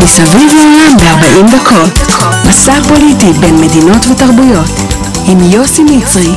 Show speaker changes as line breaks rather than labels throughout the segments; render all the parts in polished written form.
מסביב לעולם ב-40 דקות. מסע פוליטי בין מדינות ותרבויות. עם יוסי מצרי.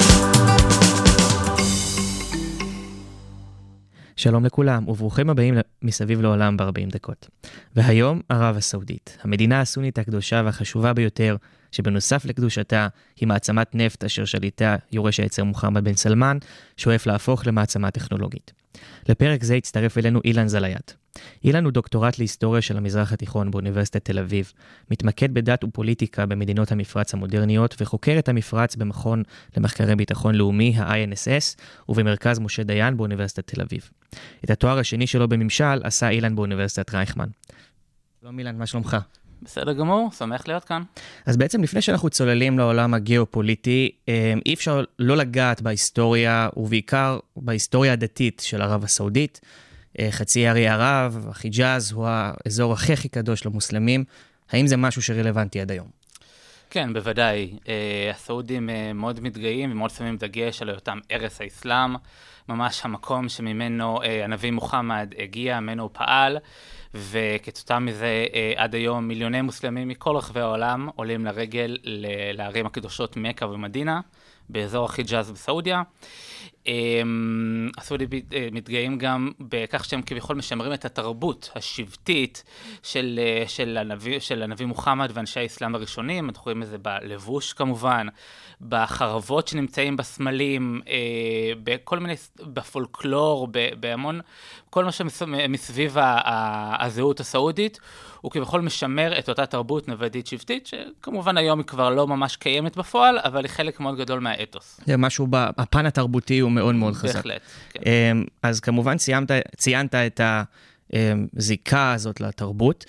שלום לכולם וברוכים הבאים מסביב לעולם ב-40 דקות. והיום ערב הסעודית, המדינה הסונית הקדושה והחשובה ביותר, שבנוסף לקדושתה היא מעצמת נפט אשר שליטה יורש העצר מוחמד בן סלמן, שואף להפוך למעצמה טכנולוגית. לפרק זה הצטרף אלינו אילן זלייט. אילן הוא דוקטורט להיסטוריה של המזרח התיכון באוניברסיטת תל אביב, מתמקד בדת ופוליטיקה במדינות המפרץ המודרניות וחוקר את המפרץ במכון למחקרי ביטחון לאומי, ה-INSS, ובמרכז משה דיין באוניברסיטת תל אביב. את התואר השני שלו בממשל עשה אילן באוניברסיטת רייכמן. שלום אילן, מה שלומך?
בסדר גמור, שמח להיות כאן.
אז בעצם לפני שאנחנו צוללים לעולם הגיאופוליטי, אי אפשר לא לגעת בהיסטוריה, ובעיקר בהיסטוריה הדתית של ערב הסעודית. חצי האי ערב, החיג'אז, הוא האזור הכי קדוש למוסלמים. האם זה משהו שרלוונטי עד היום?
כן, בוודאי. הסעודים מאוד מתגאים ומאוד שמים דגש על אותם ערש האסלאם, ממש המקום שממנו הנביא מוחמד הגיע, ממנו הוא פעל, וכתוצאה מזה עד היום מיליוני מוסלמים מכל רחבי העולם עולים לרגל לערים הקדושות מקה ומדינה, באזור החיג'אז בסעודיה. הסעודים מתגאים בכך שהם כביכול משמרים את התרבות השבטית של הנביא מוחמד ואנשי האסלאם הראשונים. אנחנו רואים את זה בלבוש כמובן, בחרבות שנמצאים בסמלים, בכל מיני, בפולקלור, בהמון, כל מה שמסביב הזהות הסעודית, הוא כביכול משמר את אותה תרבות נוודית שבטית, שכמובן היום היא כבר לא ממש קיימת בפועל, אבל היא חלק מאוד גדול מהאתוס.
זה משהו, הפן התרבותי הוא מאוד מאוד חזק.
בהחלט, כן.
אז כמובן ציינת את הזיקה הזאת לתרבות,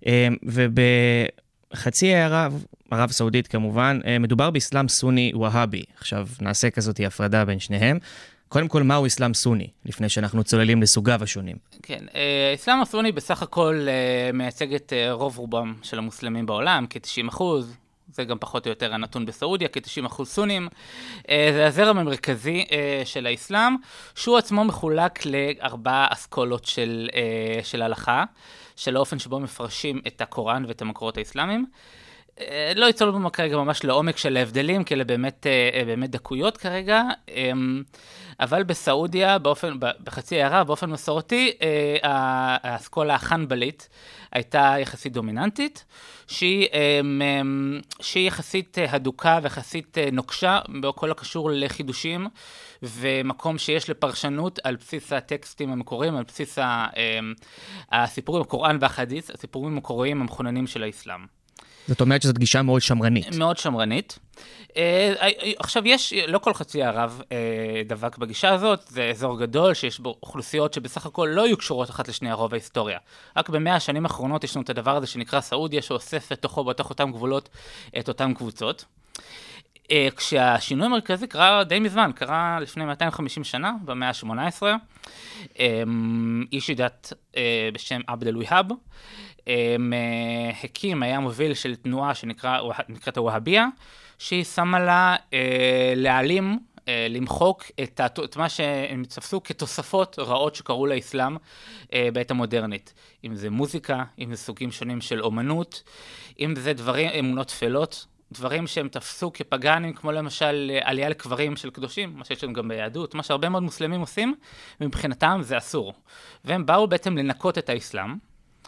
ובחצי ערב סעודית כמובן, מדובר באסלאם סוני והאבי. עכשיו נעשה כזאת הפרדה בין שניהם. קודם כל, מהו אסלאם סוני, לפני שאנחנו צוללים לסוגיו השונים?
כן, אסלאם הסוני בסך הכל מייצג את רוב רובם של המוסלמים בעולם, כ-90%, זה גם פחות או יותר הנתון בסעודיה, כ-90% סונים. זה הזרם המרכזי של האסלאם, שהוא עצמו מחולק לארבע אסכולות של הלכה, של האופן שבו מפרשים את הקוראן ואת המקורות האסלאמיים. לא יצאו לנו כרגע ממש לעומק של ההבדלים, כי אלה באמת דקויות כרגע, אבל בסעודיה, בחצי הערב, באופן מסורתי, האסכולה החנבלית הייתה יחסית דומיננטית, שהיא יחסית הדוקה ויחסית נוקשה, בכל הקשור לחידושים, ומקום שיש לפרשנות על בסיס הטקסטים המקוריים, על בסיס הסיפורים, הקוראן והחדית', הסיפורים המקוריים המכוננים של האסלאם.
זאת אומרת שזאת גישה מאוד שמרנית.
מאוד שמרנית. עכשיו לא כל חצי הערב דבק בגישה הזאת, זה אזור גדול שיש בו אוכלוסיות שבסך הכל לא יהיו קשורות אחת לשני הרוב ההיסטוריה. רק ב100 השנים האחרונות יש לנו את הדבר הזה שנקרא סעודיה, שאוסף בתוך אותם גבולות את אותם קבוצות. כשהשינוי המרכזי קרה די מזמן, קרה לפני 250 שנה, במאה ה-18, איש דת בשם עבד אל-והאב, היה מוביל של תנועה שנקראת הווהביה, שהיא שמה לה להעלים, למחוק את מה שהם תפסו כתוספות רעות שקראו לאסלאם בעת המודרנית. אם זה מוזיקה, אם זה סוגים שונים של אומנות, אם זה דברים, אמונות תפלות, דברים שהם תפסו כפגנים, כמו למשל עלייה לקברים של קדושים, מה שיש לנו גם ביהדות, מה שהרבה מאוד מוסלמים עושים, ומבחינתם זה אסור. והם באו בעצם לנקות את האסלאם,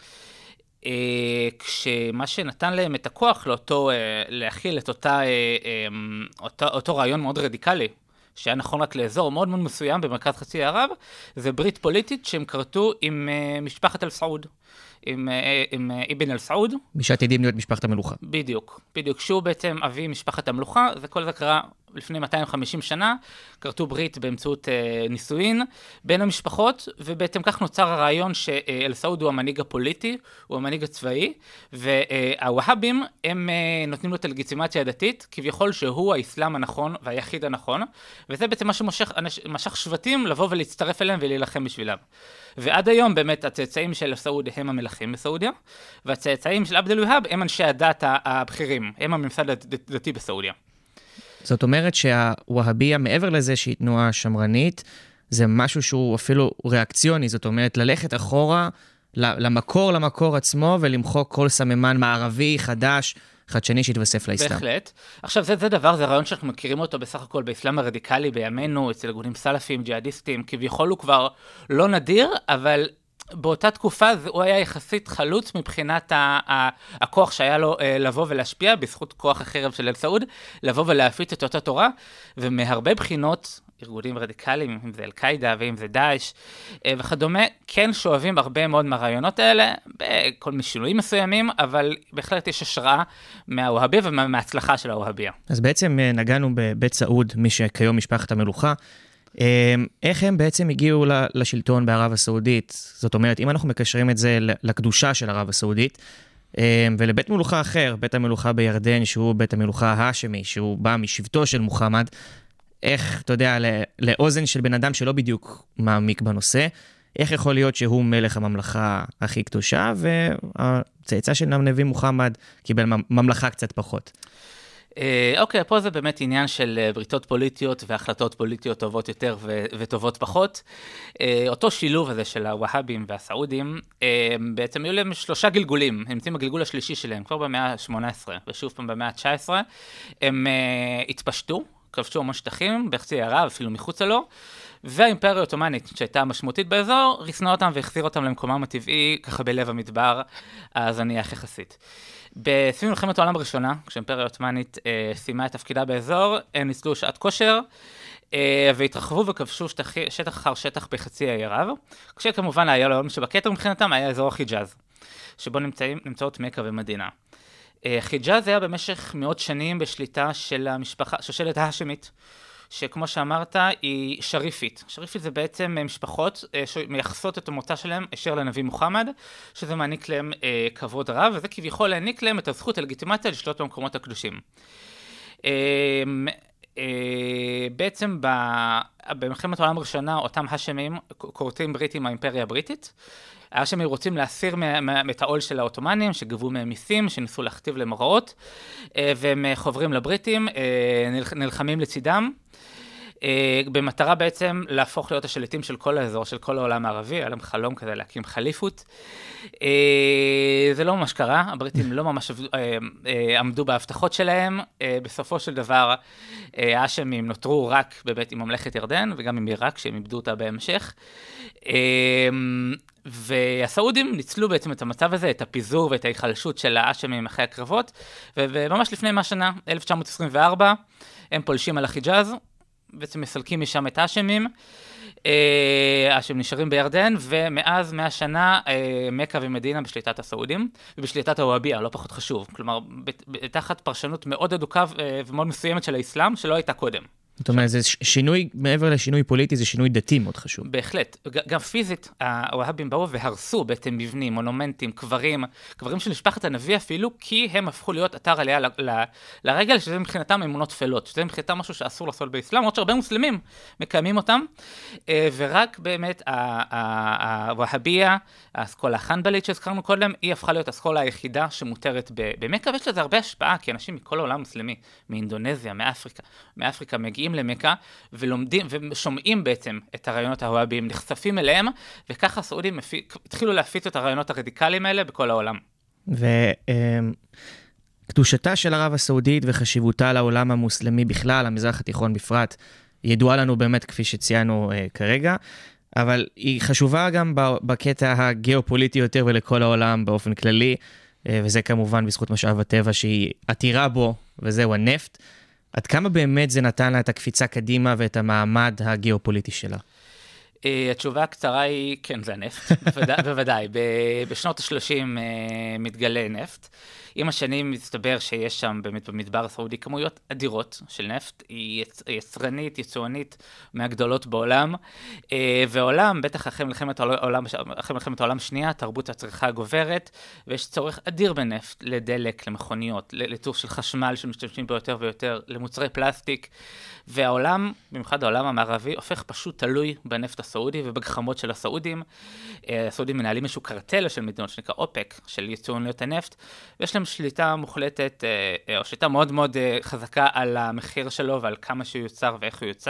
כשמה שנתן להם את הכוח להכיל את אותו רעיון מאוד רדיקלי, שהיה נכון רק לאזור מאוד מאוד מסוים במרכז חצי הערב, זה ברית פוליטית שהם קרתו עם משפחת אל-סעוד, עם אבן אל-סעוד. שעתידים
להיות משפחת המלוכה.
בדיוק. שהוא בעצם אבי משפחת המלוכה, וכל זה קרה לפני 250 שנה, קרתו ברית באמצעות נישואין בין המשפחות, ובעצם כך נוצר הרעיון שאל-סעוד הוא המנהיג הפוליטי, הוא המנהיג הצבאי, והווהבים הם נותנים לו את הלגיטימציה הדתית, כביכול שהוא האסלאם הנכון והיחיד הנכון, וזה בעצם מה שמשך שבטים לבוא ולהצטרף אליהם ולהילחם בשבילם. ועד היום באמת הצאצאים של סעודיה הם המלכים בסעודיה, והצאצאים של עבד אל-והאב הם אנשי הדת הבכירים, הם הממסד הדתי בסעודיה.
זאת אומרת שהווהביה, מעבר לזה שהיא תנועה שמרנית, זה משהו שהוא אפילו ריאקציוני, זאת אומרת ללכת אחורה למקור עצמו, ולמחוק כל סממן מערבי, חדש, חדשני שהתווסף לאסלאם.
בהחלט. עכשיו, זה רעיון שאנחנו מכירים אותו בסך הכל באסלאם הרדיקלי בימינו, אצל ארגונים סלאפים, ג'יהאדיסטים, כביכול הוא כבר לא נדיר, אבל באותה תקופה הוא היה יחסית חלוץ מבחינת הכוח שהיה לו לבוא ולהשפיע, בזכות כוח החרב של אל-סעוד, לבוא ולהפיץ את אותה תורה, ומהרבה בחינות, ארגונים רדיקליים, אם זה אל-קאידה ואם זה דאעש וכדומה, כן שואבים הרבה מאוד מהרעיונות האלה, בכל מיני שינויים מסוימים, אבל בהחלט יש השראה מהווהביה ומההצלחה של הווהביה.
אז בעצם נגענו בבית סעוד, מי שכיום משפחת המלוכה, איך הם בעצם הגיעו לשלטון בערב הסעודית? זאת אומרת, אם אנחנו מקשרים את זה לקדושה של ערב הסעודית, ולבית מלוכה אחר, בית המלוכה בירדן, שהוא בית המלוכה ההאשמי, שהוא בא משבטו של מוחמד, איך, אתה יודע, לאוזן של בן אדם שלא בדיוק מעמיק בנושא, איך יכול להיות שהוא מלך הממלכה הכי קדושה, והצאצא של נביא מוחמד קיבל ממלכה קצת פחות?
אוקיי, פה זה באמת עניין של בריתות פוליטיות והחלטות פוליטיות טובות יותר וטובות פחות. אותו שילוב הזה של הווהאבים והסעודים, בעצם היו להם 3 גלגולים, הם נמצאים בגלגול השלישי שלהם, כבר במאה ה-18 ושוב פעם במאה ה-19, הם התפשטו, כבשו המון שטחים, בחצי ערב, אפילו מחוצה לו, והאימפריה העות'מאנית שהייתה משמעותית באזור, ריסנה אותם והחזיר אותם למקומם הטבעי, ככה בלב המדבר, הזניח יחסית. בסיום מלחמת העולם הראשונה, כשהאימפריה העות'מאנית סיימה את תפקידה באזור, הם ניצלו שעת כושר, והתרחבו וכבשו שטח אחר שטח בחצי האי ערב, כשכמובן היה לעולם שבכתר מבחינתם היה אזור החיג'אז, שבו נמצאות מכה ומדינה. חיג'אז היה במשך מאות שנים בשליטה של המשפחה, שושלת ההאשמית, שכמו שאמרת היא שריפית. שריפית זה בעצם משפחות שמייחסות את המוצא שלהם אשר לנביא מוחמד, שזה מעניק להם כבוד רב, וזה כביכול להעניק להם את הזכות הלגיטימציה לשלוט במקומות הקדושים. בעצם במלחמת העולם הראשונה אותם האשמים כורתים ברית עם האימפריה הבריטית, האשמים רוצים להסיר את העול של העות'מאנים שגבו מהם מיסים, שניסו להכתיב להם הוראות, והם חוברים לבריטים, נלחמים לצידם, במטרה בעצם להפוך להיות השליטים של כל האזור, של כל העולם הערבי, היה להם חלום כזה להקים חליפות. זה לא ממש קרה, הבריטים לא ממש עמדו בהבטחות שלהם, בסופו של דבר האשמים נותרו רק בבית עם ממלכת ירדן, וגם עם עיראק שהם איבדו אותה בהמשך. והסעודים ניצלו בעצם את המצב הזה, את הפיזור ואת ההיחלשות של האשמים אחרי הקרבות, וממש לפני 100 שנה, 1924, הם פולשים על החיג'אז, בעצם מסלקים משם את האשמים, האשמים נשארים בירדן, ומאז 100 שנה מכה ומדינה בשליטת הסעודים, ובשליטת הווהביה, לא פחות חשוב, כלומר, תחת פרשנות מאוד אדוקה ומאוד מסוימת של האסלאם, שלא הייתה קודם.
זאת אומרת, זה שינוי, מעבר לשינוי פוליטי, זה שינוי דתי מאוד חשוב.
בהחלט. גם פיזית, הווהאבים באו והרסו בעצם מבנים, מונומנטים, קברים של משפחת הנביא אפילו, כי הם הפכו להיות אתר עלייה לרגל, שזה מבחינתם אמונות תפלות, שזה מבחינתם משהו שאסור לעשות באסלאם, עוד שהרבה מוסלמים מקיימים אותם, ורק באמת הווהאביה, האסכולה החנבלית שהזכרנו קודם, היא הפכה להיות האסכולה היחידה שמותרת במכה, ויש לזה הרבה השפעה, כי אנשים מכל העולם מוסלמי, מאינדונזיה, מאפריקה מגיעים למכה ולומדים ושומעים בעצם את הרעיונות הווהאביים, נחשפים אליהם, וככה הסעודים התחילו להפיץ את הרעיונות הרדיקליים האלה בכל העולם.
וקדושתה של ערב הסעודית וחשיבותה לעולם המוסלמי בכלל, המזרח התיכון בפרט, ידועה לנו באמת כפי שציינו כרגע, אבל היא חשובה גם בקטע הגיאופוליטי יותר ולכל העולם באופן כללי, וזה כמובן בזכות משאב הטבע שהיא עתירה בו, וזהו הנפט. עד כמה באמת זה נתן לה את הקפיצה קדימה ואת המעמד הגיאופוליטי שלה?
התשובה הקצרה היא, כן, זה הנפט, בוודאי. בשנות ה-30 מתגלה נפט. עם השנים מסתבר שיש שם באמת במדבר הסעודי כמויות אדירות של נפט. היא יצרנית, יצואנית מהגדולות בעולם. והעולם, בטח אחרי מלחמת העולם שנייה, תרבות הצריכה גוברת, ויש צורך אדיר בנפט לדלק, למכוניות, לייצור של חשמל שמשתמשים בו יותר ויותר, למוצרי פלסטיק. והעולם, במיוחד העולם המערבי, הופך פשוט תלוי בנפט הסעודי ובגחמות של הסעודים. הסעודים מנהלים איזשהו קרטל של מדינות שנקרא אופק, של ייצואניות הנפט, ויש להם שליטה מוחלטת, או שליטה מאוד מאוד חזקה על המחיר שלו ועל כמה שהוא יוצר ואיך הוא יוצר.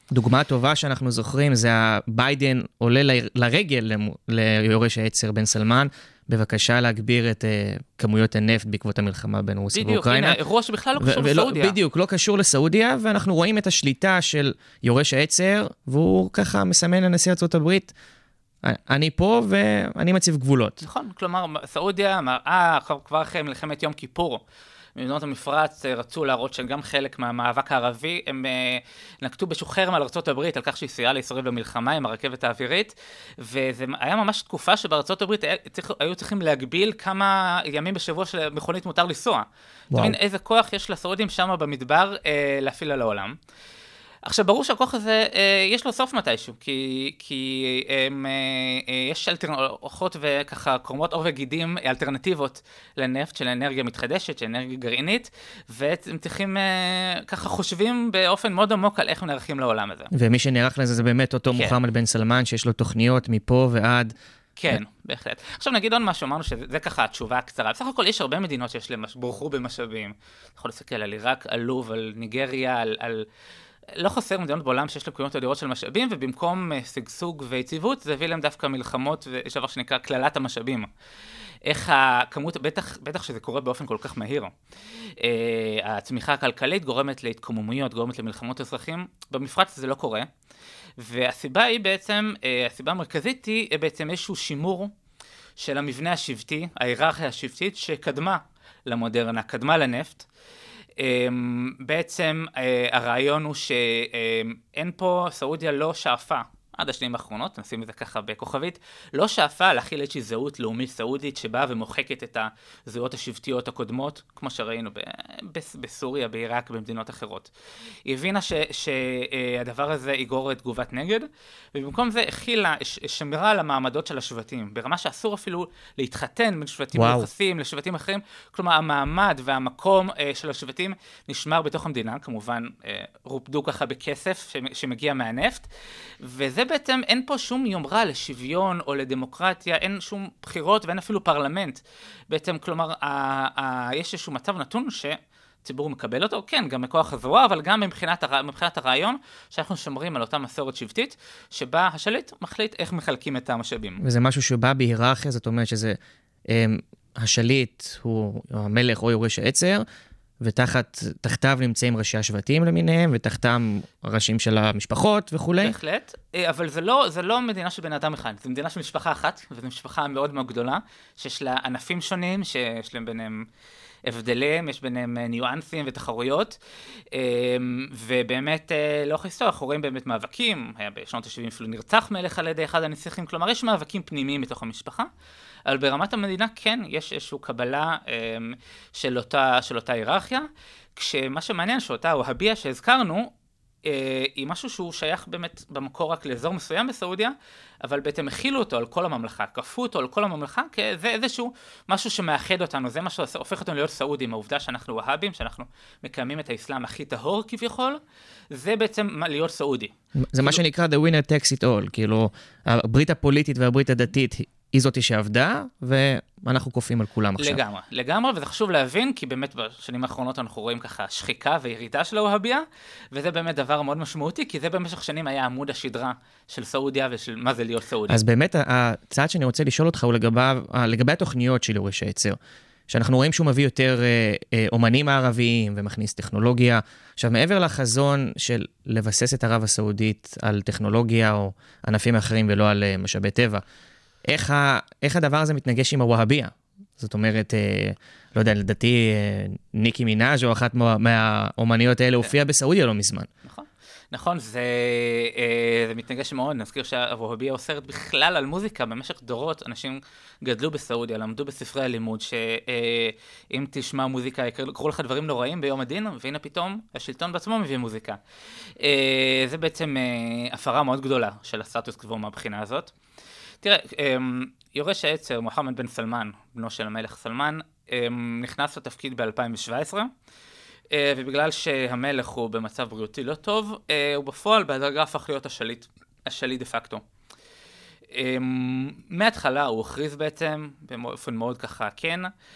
דוגמה טובה שאנחנו זוכרים זה ביידן עולה לרגל ליורש העצר בן סלמן, בבקשה להגביר את כמויות הנפט בעקבות המלחמה בין רוסיה ואוקראינה.
בדיוק, הנה, אירוע שבכלל לא קשור לסעודיה.
בדיוק, לא קשור לסעודיה, ואנחנו רואים את השליטה של יורש העצר, והוא ככה מסמן לנשיא ארצות הברית, אני פה ואני מציב גבולות.
נכון, כלומר, סעודיה מראה כבר אחרי מלחמת יום כיפור, מדינות המפרץ רצו להראות שהם גם חלק מהמאבק הערבי, הם נקטו בשוחרם על ארצות הברית, על כך שהיא סייעה לישראל במלחמה עם הרכבת האווירית, וזה היה ממש תקופה שבארצות הברית היו צריכים להגביל כמה ימים בשבוע שמכונית מותר לנסוע. תבין איזה כוח יש לסעודים שם במדבר להפעיל על העולם. עכשיו, ברור שהכוח הזה, יש לו סוף מתישהו, כי יש אורחות וככה קרומות עור וגידים, אלטרנטיבות לנפט של אנרגיה מתחדשת, של אנרגיה גרעינית, והם צריכים, ככה חושבים באופן מאוד עמוק על איך הם נערכים לעולם הזה.
ומי שנערך לזה זה באמת אותו מוחמד בן סלמן, שיש לו תוכניות מפה ועד...
כן, בהחלט. עכשיו נגיד עוד משהו, אמרנו שזה ככה התשובה הקצרה. בסך הכל יש הרבה מדינות שיש להם בורחו במשאבים. אתה יכול להסתכל על עיראק, על לוב, על ניגריה, על לא חסר מדינות בעולם שיש להם כמויות אדירות של משאבים, ובמקום סגסוג ויציבות, זה הביא להם דווקא מלחמות, ויש דבר שנקרא כללת המשאבים. איך הכמות, בטח שזה קורה באופן כל כך מהיר. הצמיחה הכלכלית גורמת להתקוממויות, גורמת למלחמות אזרחים. במפרץ זה לא קורה. והסיבה היא בעצם, הסיבה המרכזית היא בעצם איזשהו שימור של המבנה השבטי, ההיררכיה השבטית, שקדמה למודרנה, קדמה לנפט. בעצם הרעיון הוא שאין פה, סעודיה לא שאפה, עד השנים האחרונות, נשים את זה ככה בכוכבית, לא שאפה להכיל איזושהי זהות לאומית סעודית שבאה ומוחקת את הזהות השבטיות הקודמות, כמו שראינו בסוריה, בעיראק, במדינות אחרות. היא הבינה שהדבר הזה יגרור תגובת נגד, ובמקום זה הכילה שמירה על המעמדות של השבטים, ברמה שאסור אפילו להתחתן בין שבטים מיוחסים לשבטים אחרים, כלומר המעמד והמקום של השבטים נשמר בתוך המדינה, כמובן רופדו ככה בכסף שמגיע מהנפט, וזה בעצם אין פה שום יומרה לשוויון או לדמוקרטיה, אין שום בחירות ואין אפילו פרלמנט. בעצם, כלומר, יש איזשהו מצב נתון שציבור מקבל אותו, כן, גם מכוח הזרוע, אבל גם מבחינת הרעיון שאנחנו שומרים על אותה מסורת שבטית, שבה השליט מחליט איך מחלקים את המשאבים.
וזה משהו שבא בהיררכיה, זאת אומרת שזה השליט הוא המלך או יורש העצר, ותחתיו נמצאים ראשי השבטים למיניהם, ותחתם ראשים של המשפחות וכו'.
בהחלט, אבל זה לא מדינה של בן אדם אחד, זה מדינה של משפחה אחת, וזו משפחה מאוד מאוד גדולה, שיש לה ענפים שונים, שיש להם ביניהם הבדלים, יש ביניהם ניואנסים ותחרויות, ובאמת לאורך ההיסטוריה אנחנו רואים באמת מאבקים, היה בשנות ה-70 אפילו נרצח מלך על ידי אחד הנסיכים, כלומר יש מאבקים פנימיים בתוך המשפחה, אבל ברמת המדינה כן יש איזושהי קבלה של אותה היררכיה, כשמה שמעניין שאותה והביה שהזכרנו, היא משהו שהוא שייך באמת במקור רק לאזור מסוים בסעודיה, אבל בעצם הכילו אותו על כל הממלכה, כפו אותו על כל הממלכה, כי זה איזשהו משהו שמאחד אותנו, זה מה שהופך אותנו להיות סעודים, העובדה שאנחנו והאבים, שאנחנו מקיימים את האסלאם הכי טהור כביכול, זה בעצם להיות סעודי.
זה מה שנקרא the winner takes it all, כאילו הברית הפוליטית והברית הדתית היא זאתי שעבדה, ואנחנו קופים על כולם עכשיו.
לגמרי, וזה חשוב להבין, כי באמת בשנים האחרונות אנחנו רואים ככה שחיקה וירידה של הווהביה, וזה באמת דבר מאוד משמעותי, כי זה במשך שנים היה עמוד השדרה של סעודיה, ושל מה זה להיות סעודי.
אז באמת הצעד שאני רוצה לשאול אותך הוא לגבי התוכניות של יורש העצר, שאנחנו רואים שהוא מביא יותר אומנים הערביים ומכניס טכנולוגיה. עכשיו, מעבר לחזון של לבסס את ערב הסעודית על טכנולוגיה או ענפים אחרים ולא על משאבי טבע, איך הדבר הזה מתנגש עם הווהביה? זאת אומרת, לא יודע, לדעתי ניקי מינאז' או אחת מהאומניות האלה הופיעה בסעודיה לא מזמן.
נכון, זה מתנגש מאוד. נזכיר שהווהביה אוסרת בכלל על מוזיקה. במשך דורות אנשים גדלו בסעודיה, למדו בספרי הלימוד, שאם תשמע מוזיקה, יקראו לך דברים נוראים ביום הדין, והנה פתאום השלטון בעצמו מביא מוזיקה. זה בעצם הפרה מאוד גדולה של הסטטוס קוו מהבחינה הזאת. תראה, יורש העצר, מוחמד בן סלמן, בנו של המלך סלמן, נכנס לתפקיד ב-2017, ובגלל שהמלך הוא במצב בריאותי לא טוב, הוא בפועל בהדרגה הפך להיות השליט דה פקטו. מההתחלה הוא הכריז בעצם, באופן מאוד ככה כן,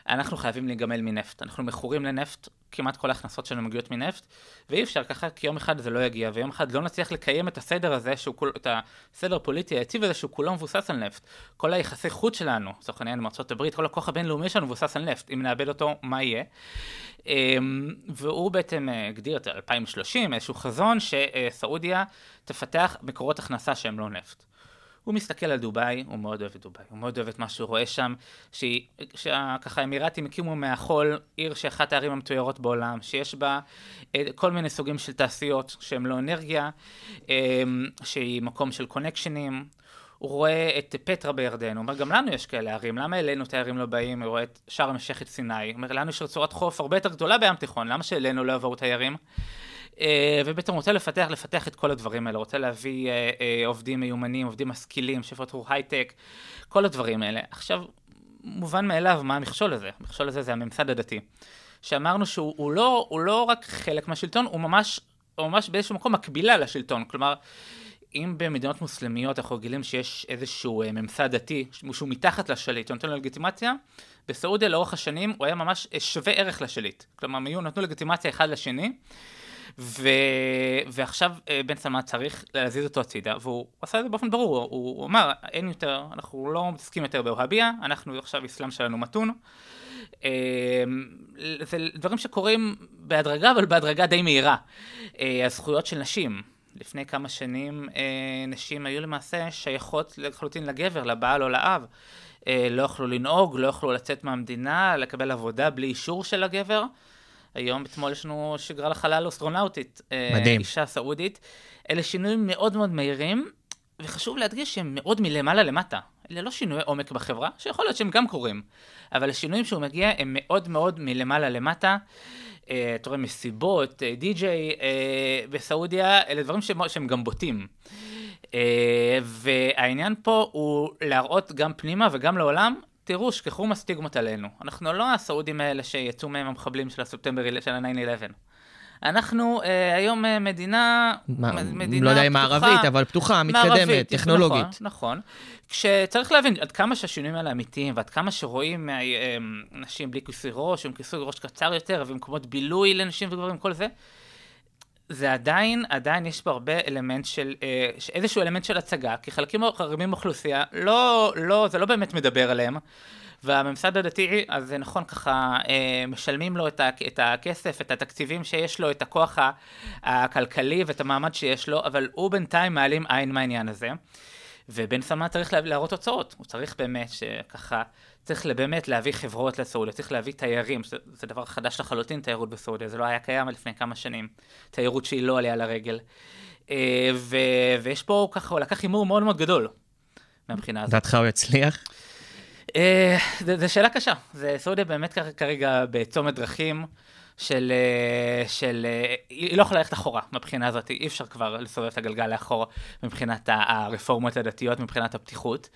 אנחנו חייבים להיגמל מנפט. אנחנו מכורים לנפט, כמעט כל ההכנסות שלנו מגיעות מנפט, ואי אפשר ככה, כי יום אחד זה לא יגיע, ויום אחד לא נצליח לקיים את הסדר הזה, את הסדר הפוליטי היציב הזה, שהוא כולו מבוסס על נפט. כל היחסי חוץ שלנו, לצורך העניין, ארצות הברית, כל הכוח הבינלאומי שלנו מבוסס על נפט. אם נאבד אותו, מה יהיה? והוא בעצם הגדיר את 2030, איזשהו חזון שסעודיה תפתח מקורות הכנסה שהם לא נפט. הוא מסתכל על דובאי, הוא מאוד אוהב את דובאי, הוא מאוד אוהב את מה שהוא רואה שם, שככה האמירתים הקימו מהחול עיר שאחת הערים המתוירות בעולם, שיש בה כל מיני סוגים של תעשיות שהן לא אנרגיה, שהיא מקום של קונקשנים, הוא רואה את פטרה בירדן, הוא אומר גם לנו יש כאלה ערים, למה אלינו תיירים לא באים, הוא רואה את שארם א-שייח סיני, הוא אומר לנו יש רצועת חוף הרבה יותר גדולה בים תיכון, למה שאלינו לא יבואו תיירים? ובעצם רוצה לפתח את כל הדברים האלה, רוצה להביא עובדים מיומנים, עובדים משכילים, שיפתחו הייטק, כל הדברים האלה. עכשיו, מובן מאליו מה המכשול הזה? המכשול הזה זה הממסד הדתי. שאמרנו שהוא לא רק חלק מהשלטון, הוא ממש באיזשהו מקום מקבילה לשלטון. כלומר, אם במדינות מוסלמיות אנחנו רגילים שיש איזשהו ממסד דתי, שהוא מתחת לשליט, נותן לו לגיטימציה, בסעודיה לאורך השנים הוא היה ממש שווה ערך לשליט. כלומר, נתנו לגיטימציה אחד לשני, ועכשיו בן סלמן צריך להזיז אותו הצידה, והוא עשה את זה באופן ברור, הוא אמר, אין יותר, אנחנו לא מתעסקים יותר באוהביה, אנחנו עכשיו אסלאם שלנו מתון, זה דברים שקורים בהדרגה, אבל בהדרגה די מהירה. הזכויות של נשים, לפני כמה שנים נשים היו למעשה שייכות לחלוטין לגבר, לבעל או לאב, לא יכלו לנהוג, לא יכלו לצאת מהמדינה, לקבל עבודה בלי אישור של הגבר, היום, אתמול יש לנו שגרה לחלל אסטרונאוטית, אישה סעודית. אלה שינויים מאוד מאוד מהירים, וחשוב להדגיש שהם מאוד מלמעלה למטה. אלה לא שינויי עומק בחברה, שיכול להיות שהם גם קורים, אבל השינויים שהוא מגיע הם מאוד מאוד מלמעלה למטה. אתה רואה מסיבות, די-ג'יי בסעודיה, אלה דברים שהם גם בוטים. והעניין פה הוא להראות גם פנימה וגם לעולם, תראו, שכחו מסטיגמות עלינו. אנחנו לא הסעודים האלה שיצאו מהם המחבלים של הספטמבר של ה-9-11. אנחנו היום מדינה
לא יודע אם מערבית, אבל פתוחה, מתקדמת, טכנולוגית.
נכון. כשצריך להבין עד כמה שהשינויים האלה אמיתיים, ועד כמה שרואים נשים בלי כיסוי ראש, עם כיסוי ראש קצר יותר, ומקומות בילוי לנשים וגברים, כל זה, זה עדיין יש פה הרבה אלמנט של, איזשהו אלמנט של הצגה, כי חלקים רבים באוכלוסייה, זה לא באמת מדבר עליהם, והממסד הדתי, אז זה נכון ככה, משלמים לו את הכסף, את התקציבים שיש לו, את הכוח הכלכלי ואת המעמד שיש לו, אבל הוא בינתיים מעלים עין מהעניין הזה, ובן סלמן צריך להראות תוצאות, הוא צריך באמת שככה, צריך באמת להביא חברות לסעודיה, צריך להביא תיירים, זה דבר חדש לחלוטין תיירות בסעודיה, זה לא היה קיים לפני כמה שנים, תיירות שהיא לא עליה לרגל, ויש פה ככה, הוא לקח הימור מאוד מאוד גדול, מהבחינה הזאת.
דעתך הוא יצליח?
זה שאלה קשה, סעודיה באמת כרגע בצומת דרכים, היא לא יכולה ללכת אחורה מבחינה הזאת, אי אפשר כבר לסובב את הגלגל לאחורה מבחינת הרפורמות הדתיות, מבחינת הפתיחות,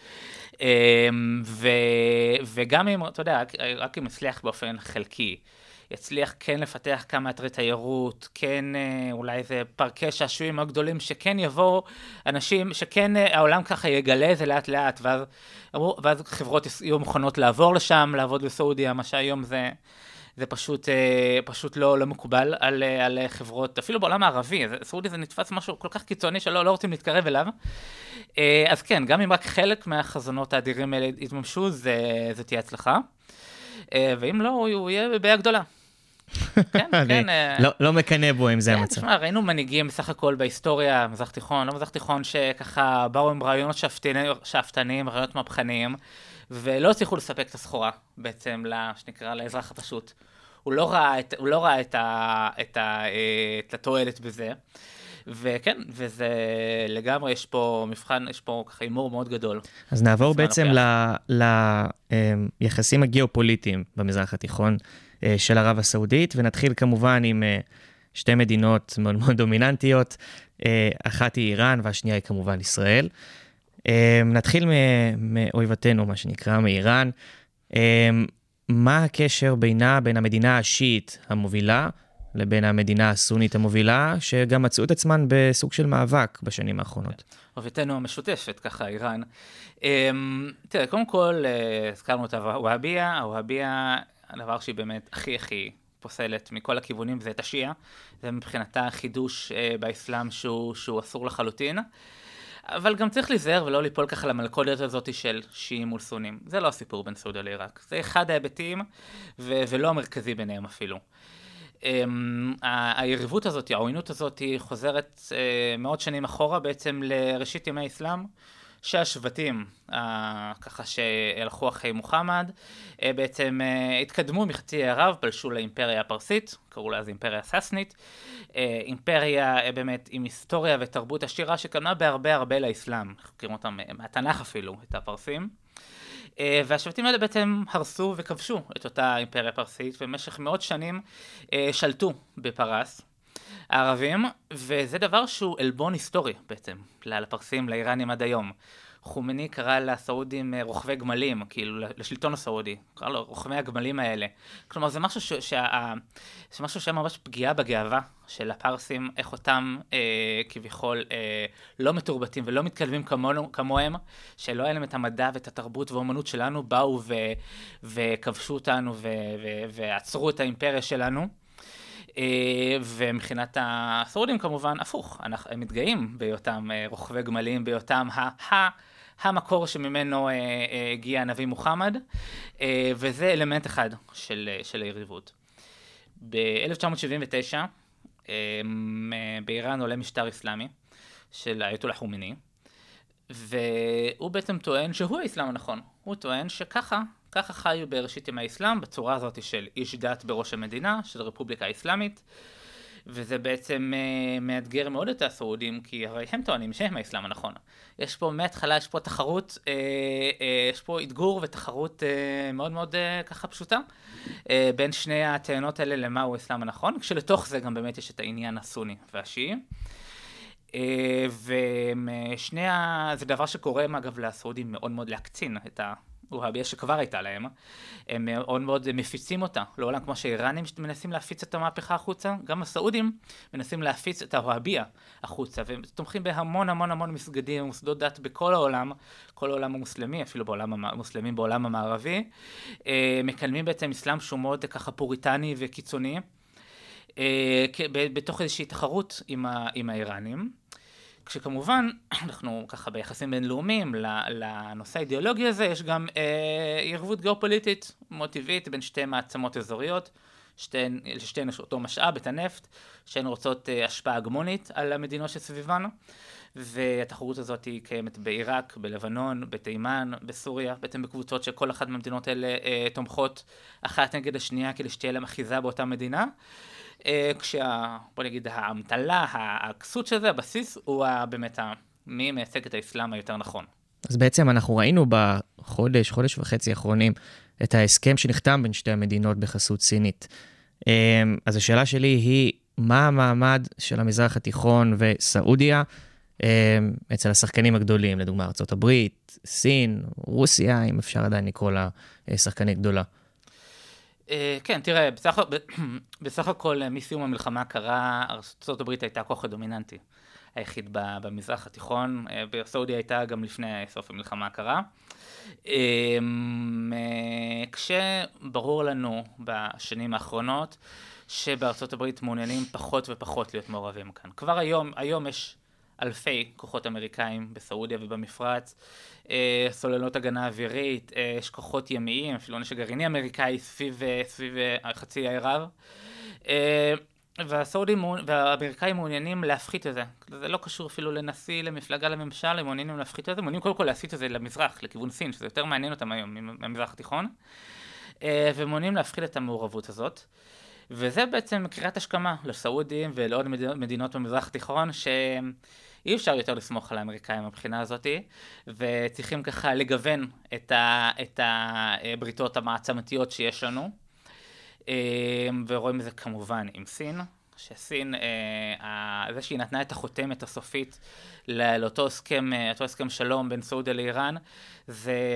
וגם אם, אתה יודע, רק אם יצליח באופן חלקי, יצליח כן לפתח כמה אתרי תיירות, כן אולי איזה פארקי שעשועים מאוד גדולים, שכן יבואו אנשים, שכן העולם ככה יגלה זה לאט לאט, ואז חברות יהיו מוכנות לעבור לשם, לעבוד בסעודיה, מה שהיום זה פשוט לא מקובל על חברות, אפילו בעולם הערבי, סעודיה זה נתפס משהו כל כך קיצוני שלא רוצים להתקרב אליו. אז כן, גם אם רק חלק מהחזונות האדירים האלה יתממשו, זה תהיה הצלחה. ואם לא, הוא יהיה בבעיה גדולה. כן, כן.
לא מקנה בו אם זה המצב.
תשמע, ראינו מנהיגים בסך הכל בהיסטוריה, מזרח תיכון, לא מזרח תיכון שככה באו עם רעיונות שאפתניים, רעיונות מהפכניים, ולא הצליחו לספק את הסחורה בעצם, שנקרא, לאזרח הפשוט. הוא לא ראה את התועלת בזה, וכן, וזה לגמרי, יש פה מבחן, יש פה ככה הימור מאוד גדול.
אז נעבור בעצם ליחסים הגיאופוליטיים במזרח התיכון של ערב הסעודית, ונתחיל כמובן עם שתי מדינות מאוד מאוד דומיננטיות, אחת היא איראן והשנייה היא כמובן ישראל. נתחיל מאויבתנו, מה שנקרא, מאיראן. מה הקשר בין המדינה השיעית המובילה לבין המדינה הסונית המובילה, שגם מצאו את עצמן בסוג של מאבק בשנים האחרונות?
אויבתנו המשותפת, ככה, איראן. תראה, קודם כל, הזכרנו את הוואביה, הדבר שהיא באמת הכי פוסלת מכל הכיוונים זה את השיעה. זה מבחינתה חידוש באסלאם שהוא אסור לחלוטין. אבל גם צריך להיזהר ולא ליפול ככה למלכודת הזאת של שיעים מול סונים. זה לא הסיפור בין סעודיה לעיראק. זה אחד ההיבטים ולא המרכזי ביניהם אפילו. היריבות הזאת, העוינות הזאת חוזרת מאות שנים אחורה בעצם לראשית ימי האסלאם, שהשבטים ככה שהלכו אחרי מוחמד בעצם התקדמו מחצי ערב, פלשו לאימפריה הפרסית, קראו לה אז אימפריה סאסנית, אימפריה באמת עם היסטוריה ותרבות עשירה שקדמה בהרבה לאסלאם, אנחנו מכירים אותם מהתנ"ך אפילו, את הפרסים. והשבטים האלה בעצם הרסו וכבשו את אותה אימפריה הפרסית, ובמשך מאות שנים שלטו בפרס הערבים, וזה דבר שהוא אלבון היסטורי בעצם, לפרסים, לאיראנים עד היום. חומני קרא לסעודים רוכבי גמלים, כאילו לשלטון הסעודי, קרא לו רוכבי הגמלים האלה. כלומר זה משהו שהיה ממש פגיעה בגאווה של הפרסים, איך אותם כביכול לא מתורבתים ולא מתקדמים כמוהם, שלא היה להם את המדע ואת התרבות והאומנות שלנו, באו וכבשו אותנו ועצרו את האימפריה שלנו. ומבחינת הסעודים כמובן הפוך, הם מתגאים בהיותם רוכבי גמלים, בהיותם המקור שממנו הגיע הנביא מוחמד, וזה אלמנט אחד של היריבות. ב-1979 באיראן עולה משטר אסלאמי של האייתוללה חומייני, והוא בעצם טוען שהוא האסלאם הנכון. הוא טוען שככה חיו בראשית ימי האסלאם, בצורה הזאת של איש דת בראש המדינה, של הרפובליקה האסלאמית, וזה בעצם מאתגר מאוד את הסעודים, כי הרי הם טוענים שהם האסלאם הנכון. יש פה מההתחלה, יש פה תחרות, יש פה אתגור ותחרות מאוד מאוד ככה פשוטה, בין שני הטענות האלה למהו האסלאם הנכון, כשלתוך זה גם באמת יש את העניין הסוני והשיעי. זה דבר שקורה אגב לסעודים מאוד מאוד להקצין את הווהביה שכבר הייתה להם, הם מאוד מאוד מפיצים אותה לעולם, כמו שהאיראנים מנסים להפיץ את המהפכה החוצה, גם הסעודים מנסים להפיץ את הווהביה החוצה, והם תומכים בהמון מסגדים ומוסדות דת בכל העולם, כל העולם המוסלמי, אפילו המוסלמים בעולם המערבי, מקלמים בעצם אסלאם שהוא מאוד ככה פוריטני וקיצוני, בתוך איזושהי תחרות עם האיראנים. כשכמובן, אנחנו ככה ביחסים בינלאומיים לנושא האידיאולוגי הזה, יש גם יריבות גיאופוליטית מאוד טבעית בין שתי מעצמות אזוריות, שתיהן יש אותו משאב, את הנפט, שהן רוצות השפעה הגמונית על המדינות שסביבן, והתחרות הזאת היא קיימת בעיראק, בלבנון, בתימן, בסוריה, בעצם בקבוצות שכל אחת מהמדינות האלה תומכות אחת נגד השנייה כדי שתהיה להם אחיזה באותה מדינה, בוא נגיד, האמתלה, הכסות של זה, הבסיס, הוא באמת מי מייצג את האסלאם היותר נכון.
אז בעצם אנחנו ראינו חודש וחצי האחרונים, את ההסכם שנחתם בין שתי המדינות בחסות סינית. אז השאלה שלי היא, מה המעמד של המזרח התיכון וסעודיה אצל השחקנים הגדולים, לדוגמה ארצות הברית, סין, רוסיה, אם אפשר עדיין לקרוא לה שחקנית גדולה?
כן, תראה, בסך הכל מסיום המלחמה קרה, ארצות הברית הייתה הכוח הדומיננטי היחיד במזרח התיכון, בסעודיה הייתה גם לפני סוף המלחמה קרה. כשברור לנו בשנים האחרונות שבארצות הברית מעוניינים פחות ופחות להיות מעורבים כאן. כבר היום יש אלפי כוחות אמריקאים בסעודיה ובמפרץ, סוללות הגנה אווירית, יש כוחות ימיים, אפילו נשק גרעיני אמריקאי סביב חצי האי ערב, והסעודים והאמריקאים מעוניינים להפחית את זה. זה לא קשור אפילו לנשיא, למפלגה, לממשל, הם מעוניינים להפחית את זה, מעוניינים קודם כל להסיט את זה למזרח, לכיוון סין, שזה יותר מעניין אותם היום מהמזרח התיכון, ומעוניינים להפחית את המעורבות הזאת. וזה בעצם קריאת השכמה לסעודים ולעוד מדינות במזרח התיכון שאי אפשר יותר לסמוך על האמריקאים מבחינה הזאת, וצריכים ככה לגוון את הבריתות המעצמתיות שיש לנו, ורואים את זה כמובן עם סין, שסין, זה שהיא נתנה את החותמת הסופית לאותו הסכם שלום בין סעודיה לאיראן, זה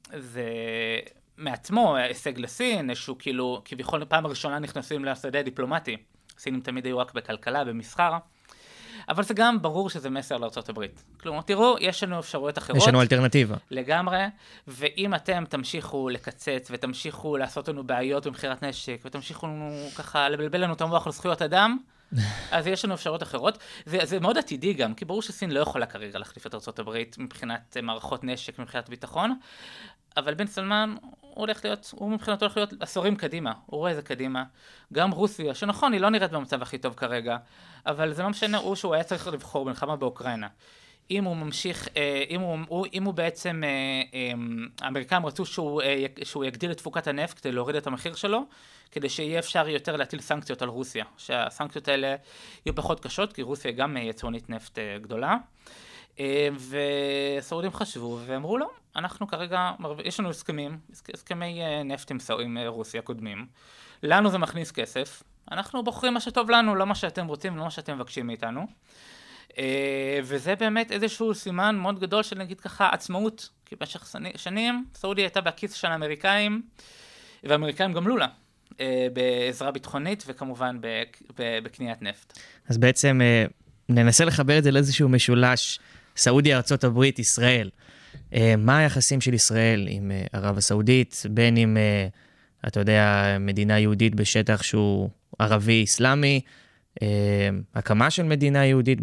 מעצמו הישג לסין, איזשהו כאילו, כביכול פעם הראשונה נכנסים לשדה דיפלומטי. סינים תמיד היו רק בכלכלה, במסחר, אבל זה גם ברור שזה מסר לארצות הברית. כלומר, תראו, יש לנו אפשרויות אחרות.
יש לנו אלטרנטיבה.
לגמרי, ואם אתם תמשיכו לקצץ, ותמשיכו לעשות לנו בעיות במחירת נשק, ותמשיכו ככה לבלבל לנו את המוח על זכויות אדם, אז יש לנו אפשרויות אחרות. זה מאוד עתידי גם, כי ברור שסין לא יכולה כרגע להחליף את ארצות הברית מבחינת מערכות נשק, מבחינת ביטחון, אבל בן סלמן הוא מבחינתו הולך להיות עשורים קדימה, הוא רואה איזה קדימה. גם רוסיה, שנכון, היא לא נראית במצב הכי טוב כרגע, אבל זה לא משנה, שהוא היה צריך לבחור מלחמה באוקראינה. אם הוא ממשיך, אם הוא בעצם, האמריקאים רצו שהוא יגדיל את תפוקת הנפט כדי להוריד את המחיר שלו, כדי שיהיה אפשר יותר להטיל סנקציות על רוסיה, שהסנקציות האלה יהיו פחות קשות, כי רוסיה גם יצואנית נפט גדולה. וסעודים חשבו ואמרו לו, אנחנו כרגע, יש לנו הסכמי נפט עם רוסיה קודמים, לנו זה מכניס כסף, אנחנו בוחרים מה שטוב לנו, לא מה שאתם רוצים, לא מה שאתם מבקשים מאיתנו, וזה באמת איזשהו סימן מאוד גדול של נגיד ככה עצמאות, כי במשך שנים סעודיה הייתה בכיס של האמריקאים, והאמריקאים גמלו לה בעזרה ביטחונית וכמובן בקניית נפט.
אז בעצם ננסה לחבר את זה לאיזשהו משולש, סעודיה, ארצות הברית, ישראל. מה היחסים של ישראל עם ערב הסעודית, בין אם, אתה יודע, מדינה יהודית בשטח שהוא ערבי-אסלאמי, הקמה של מדינה יהודית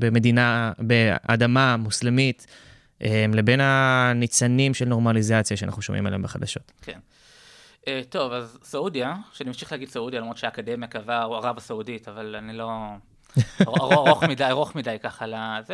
באדמה מוסלמית, לבין הניצנים של נורמליזציה שאנחנו שומעים עליהם בחדשות.
כן. טוב, אז סעודיה, שאני ממשיך להגיד סעודיה, למרות שהאקדמיה קבעה ערב הסעודית, אבל אני לא... ארוך מדי ככה לזה.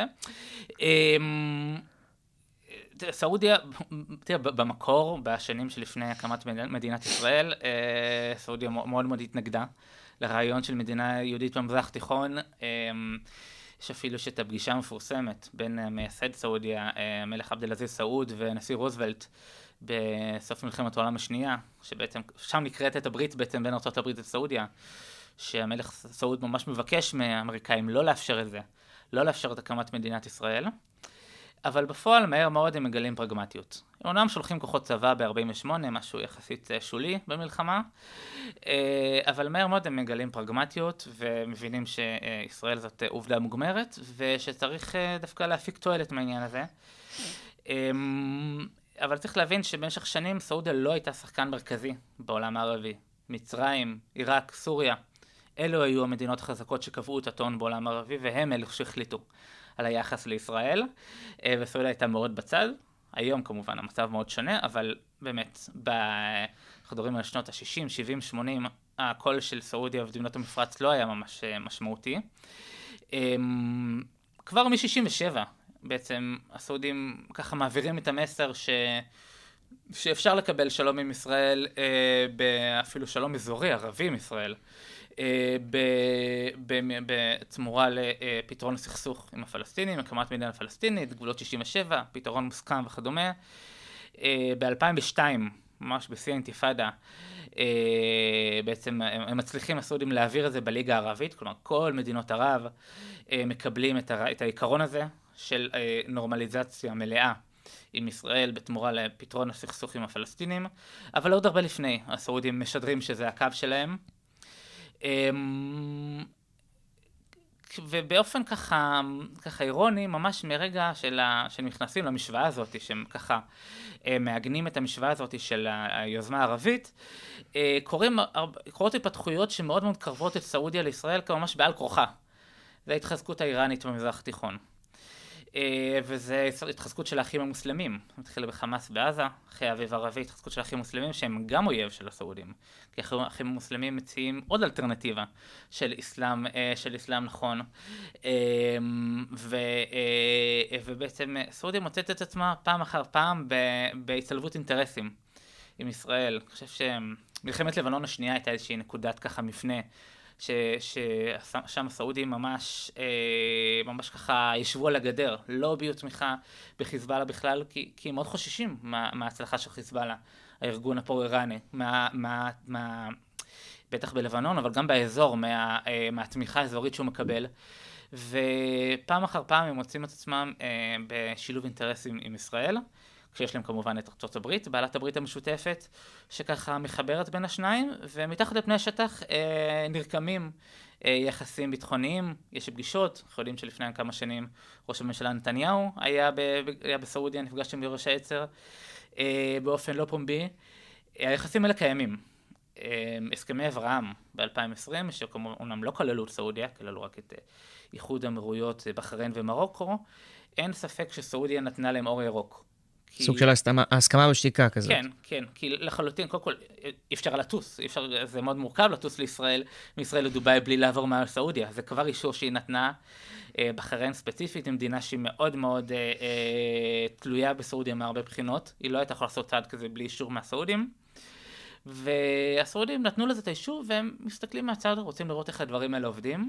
סעודיה, תראה, במקור, בשנים שלפני הקמת מדינת ישראל, סעודיה מאוד מאוד התנגדה לרעיון של מדינה יהודית במזרח תיכון. יש אפילו שאת הפגישה המפורסמת בין מייסד סעודיה, מלך עבד אל-עזיז סעוד ונשיא רוזוולט, בסוף מלחמת העולם השנייה, שבעצם שם נקראת את הברית בעצם בין ארצות הברית וסעודיה, שהמלך סעוד ממש מבקש מהאמריקאים לא לאפשר את זה, לא לאפשר את הקמת מדינת ישראל, אבל בפועל מהר מאוד הם מגלים פרגמטיות. אומנם שולחים כוחות צבא ב-48, משהו יחסית שולי במלחמה, אבל מהר מאוד הם מגלים פרגמטיות ומבינים שישראל זאת עובדה מוגמרת, ושצריך דווקא להפיק תועלת מהעניין הזה. אבל צריך להבין שבמשך שנים סעודיה לא הייתה שחקן מרכזי בעולם הערבי. מצרים, עיראק, סוריה, אלו היו המדינות החזקות שקבעו את הטון בעולם הערבי, והם אלו שהחליטו על היחס לישראל, וסעודיה הייתה מאוד בצד. היום כמובן המצב מאוד שונה, אבל באמת, אנחנו מדברים על שנות ה-60, 70, 80, הקול של סעודיה ומדינות המפרץ לא היה ממש משמעותי. כבר מ-67, בעצם הסעודים ככה מעבירים את המסר שאפשר לקבל שלום עם ישראל, אפילו שלום אזורי, ערבי עם ישראל, בתמורה לפתרון הסכסוך עם הפלסטינים, הקמת מדינה פלסטינית, גבולות 67, פתרון מוסכם וכדומה. ב-2002, ממש בשיא האינתיפאדה, בעצם הם מצליחים הסעודים להעביר את זה בליגה הערבית, כלומר כל מדינות ערב מקבלים את העיקרון הזה של נורמליזציה מלאה עם ישראל בתמורה לפתרון הסכסוך עם הפלסטינים, אבל עוד הרבה לפני, הסעודים משדרים שזה הקו שלהם, ובאופן ככה אירוני, ממש מרגע שהם נכנסים למשוואה הזאת, שהם ככה מעגנים את המשוואה הזאת של היוזמה הערבית, קורות התפתחויות שמאוד מאוד קרבות את סעודיה לישראל כממש בעל כורחה. זה ההתחזקות האיראנית במזרח התיכון. וזה התחזקות של האחים המוסלמים. מתחילה בחמאס בעזה, אחרי האביב הערבי, התחזקות של האחים המוסלמים שהם גם אויב של הסעודים. כי האחים המוסלמים מציעים עוד אלטרנטיבה של אסלאם נכון. ובעצם סעודיה מוצאת את עצמה פעם אחר פעם בהצטלבות אינטרסים עם ישראל. אני חושב שמלחמת לבנון השנייה הייתה איזושהי נקודת ככה מפנה, ששם הסעודים ממש ככה ישבו על הגדר, לא הביעו תמיכה בחיזבאללה בכלל, כי הם מאוד חוששים מההצלחה של חיזבאללה, הארגון הפרו-איראני, בטח בלבנון, אבל גם באזור, מהתמיכה האזורית שהוא מקבל, ופעם אחר פעם הם מוצאים את עצמם בשילוב אינטרסים עם ישראל, כשיש להם כמובן את ארצות הברית, בעלת הברית המשותפת, שככה מחברת בין השניים, ומתחת לפני השטח נרקמים יחסים ביטחוניים, יש פגישות, אנחנו יודעים שלפני כמה שנים ראש הממשלה נתניהו היה בסעודיה, נפגש עם יורש העצר, באופן לא פומבי. היחסים האלה קיימים. הסכמי אברהם ב-2020, שאומנם לא כללו את סעודיה, כללו רק את איחוד האמירויות, בחריין ומרוקו, אין ספק שסעודיה נתנה להם אור ירוק.
סוג של הסכמה בשתיקה כזאת.
כן, כן, כי לחלוטין, קודם כל, אפשר לטוס, זה מאוד מורכב לטוס לישראל, מישראל לדובאי בלי לעבור מעל סעודיה, זה כבר אישור שהיא נתנה, בחריין ספציפית, היא מדינה שהיא מאוד מאוד תלויה בסעודיה מהרבה בחינות, היא לא הייתה יכולה לעשות צעד כזה בלי אישור מהסעודים, והסעודים נתנו לזה את האישור, והם מסתכלים מהצד, רוצים לראות איך הדברים האלה עובדים,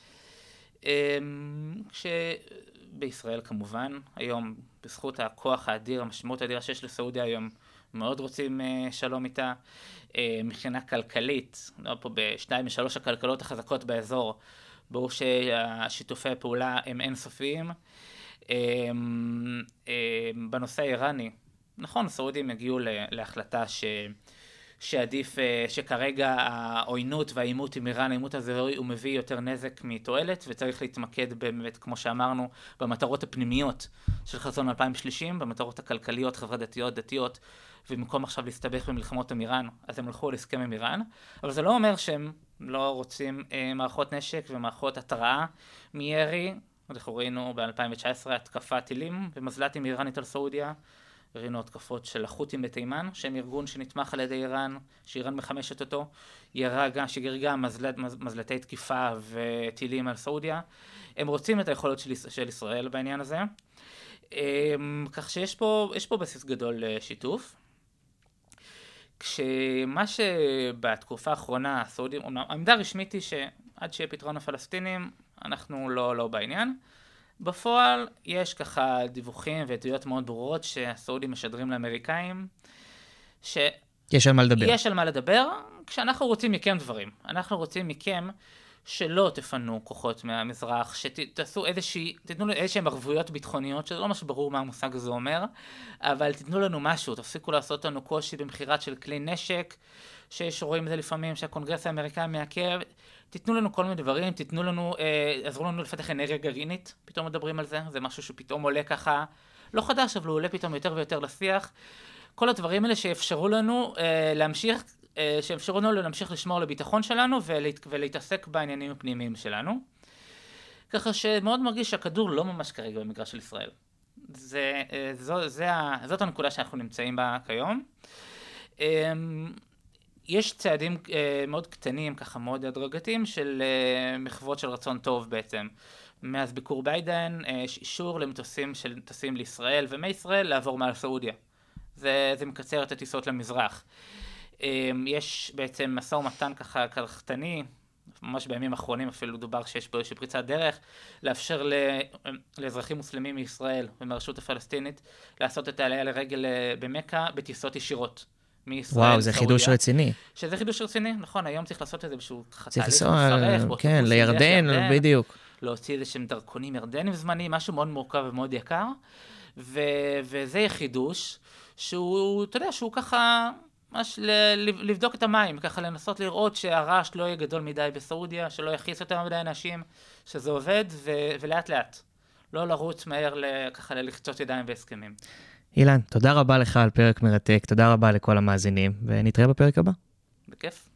בישראל כמובן, היום בזכות הכוח האדיר, המשמעות האדירה שיש לסעודיה היום, מאוד רוצים שלום איתה. מבחינה כלכלית, פה בשתיים משלוש הכלכלות החזקות באזור, ברור שהשיתופי הפעולה הם אינסופיים. בנושא האיראני, נכון, הסעודים הגיעו להחלטה שעדיף, שכרגע העוינות והאימות עם איראן, האימות הזה הוא מביא יותר נזק מתועלת, וצריך להתמקד באמת, כמו שאמרנו, במטרות הפנימיות של חזון 2030, במטרות הכלכליות, חברה דתיות, ובמקום עכשיו להסתבך במלחמות עם איראן, אז הם הלכו להסכם עם איראן, אבל זה לא אומר שהם לא רוצים מערכות נשק ומערכות התראה מירי. אנחנו ראינו ב-2019 התקפת טילים ומזל"טים איראנית על סעודיה, ראינו התקפות של החות'ים בתימן, שהם ארגון שנתמך על ידי איראן, שאיראן מחמשת אותו, שגרגה מזל"טי תקיפה וטילים על סעודיה. הם רוצים את היכולות של ישראל בעניין הזה, כך שיש פה בסיס גדול לשיתוף. כשמה שבתקופה האחרונה הסעודים, העמדה הרשמית היא שעד שיהיה פתרון הפלסטינים, אנחנו לא בעניין. בפועל יש ככה דיווחים ועדויות מאוד ברורות שהסעודים משדרים לאמריקאים
יש על מה לדבר.
יש על מה לדבר, כשאנחנו רוצים מכם דברים. אנחנו רוצים מכם שלא תפנו כוחות מהמזרח, תתנו איזשהם ערבויות ביטחוניות, שזה לא ממש ברור מה המושג הזה אומר, אבל תתנו לנו משהו, תפסיקו לעשות לנו קושי במחירת של כלי נשק, שרואים את זה לפעמים שהקונגרס האמריקאי מעכב, תתנו לנו כל מיני דברים, תתנו לנו, עזרו לנו לפתח אנרגיה גרעינית, פתאום מדברים על זה, זה משהו שפתאום עולה ככה, לא חדש, אבל הוא עולה פתאום יותר ויותר לשיח. כל הדברים האלה שאפשרו לנו להמשיך לשמור לביטחון שלנו ולהתעסק בעניינים הפנימיים שלנו. ככה שמאוד מרגיש שהכדור לא ממש כרגע במגרש של ישראל. זאת הנקודה שאנחנו נמצאים בה כיום. יש צעדים מאוד קטנים, ככה מאוד הדרגתיים, של מחוות של רצון טוב בעצם. מאז ביקור ביידן, יש אישור למטוסים שטסים לישראל ומישראל לעבור מעל סעודיה. זה מקצר את הטיסות למזרח. יש בעצם משא ומתן ככה קרחתני, ממש בימים האחרונים אפילו דובר שיש פה איזושהי פריצת דרך, לאפשר לאזרחים מוסלמים מישראל ומהרשות הפלסטינית לעשות את העלייה לרגל במכה בטיסות ישירות.
וואו, זה חידוש רציני.
שזה חידוש רציני, נכון, היום צריך לעשות את זה בשביל
צריך לנסוע, כן, לירדן, בדיוק.
להוציא איזה שהם דרכונים ירדנים זמניים, משהו מאוד מורכב ומאוד יקר, וזה חידוש שהוא, אתה יודע, שהוא ככה, לבדוק את המים, ככה לנסות לראות שהרעש לא יהיה גדול מדי בסעודיה, שלא יכניס יותר מדי אנשים, שזה עובד, ולאט לאט. לא לרוץ מהר ככה ללחצות ידיים בהסכמים.
אילן, תודה רבה לך על פרק מרתק, תודה רבה לכל המאזינים, ונתראה בפרק הבא.
בכיף.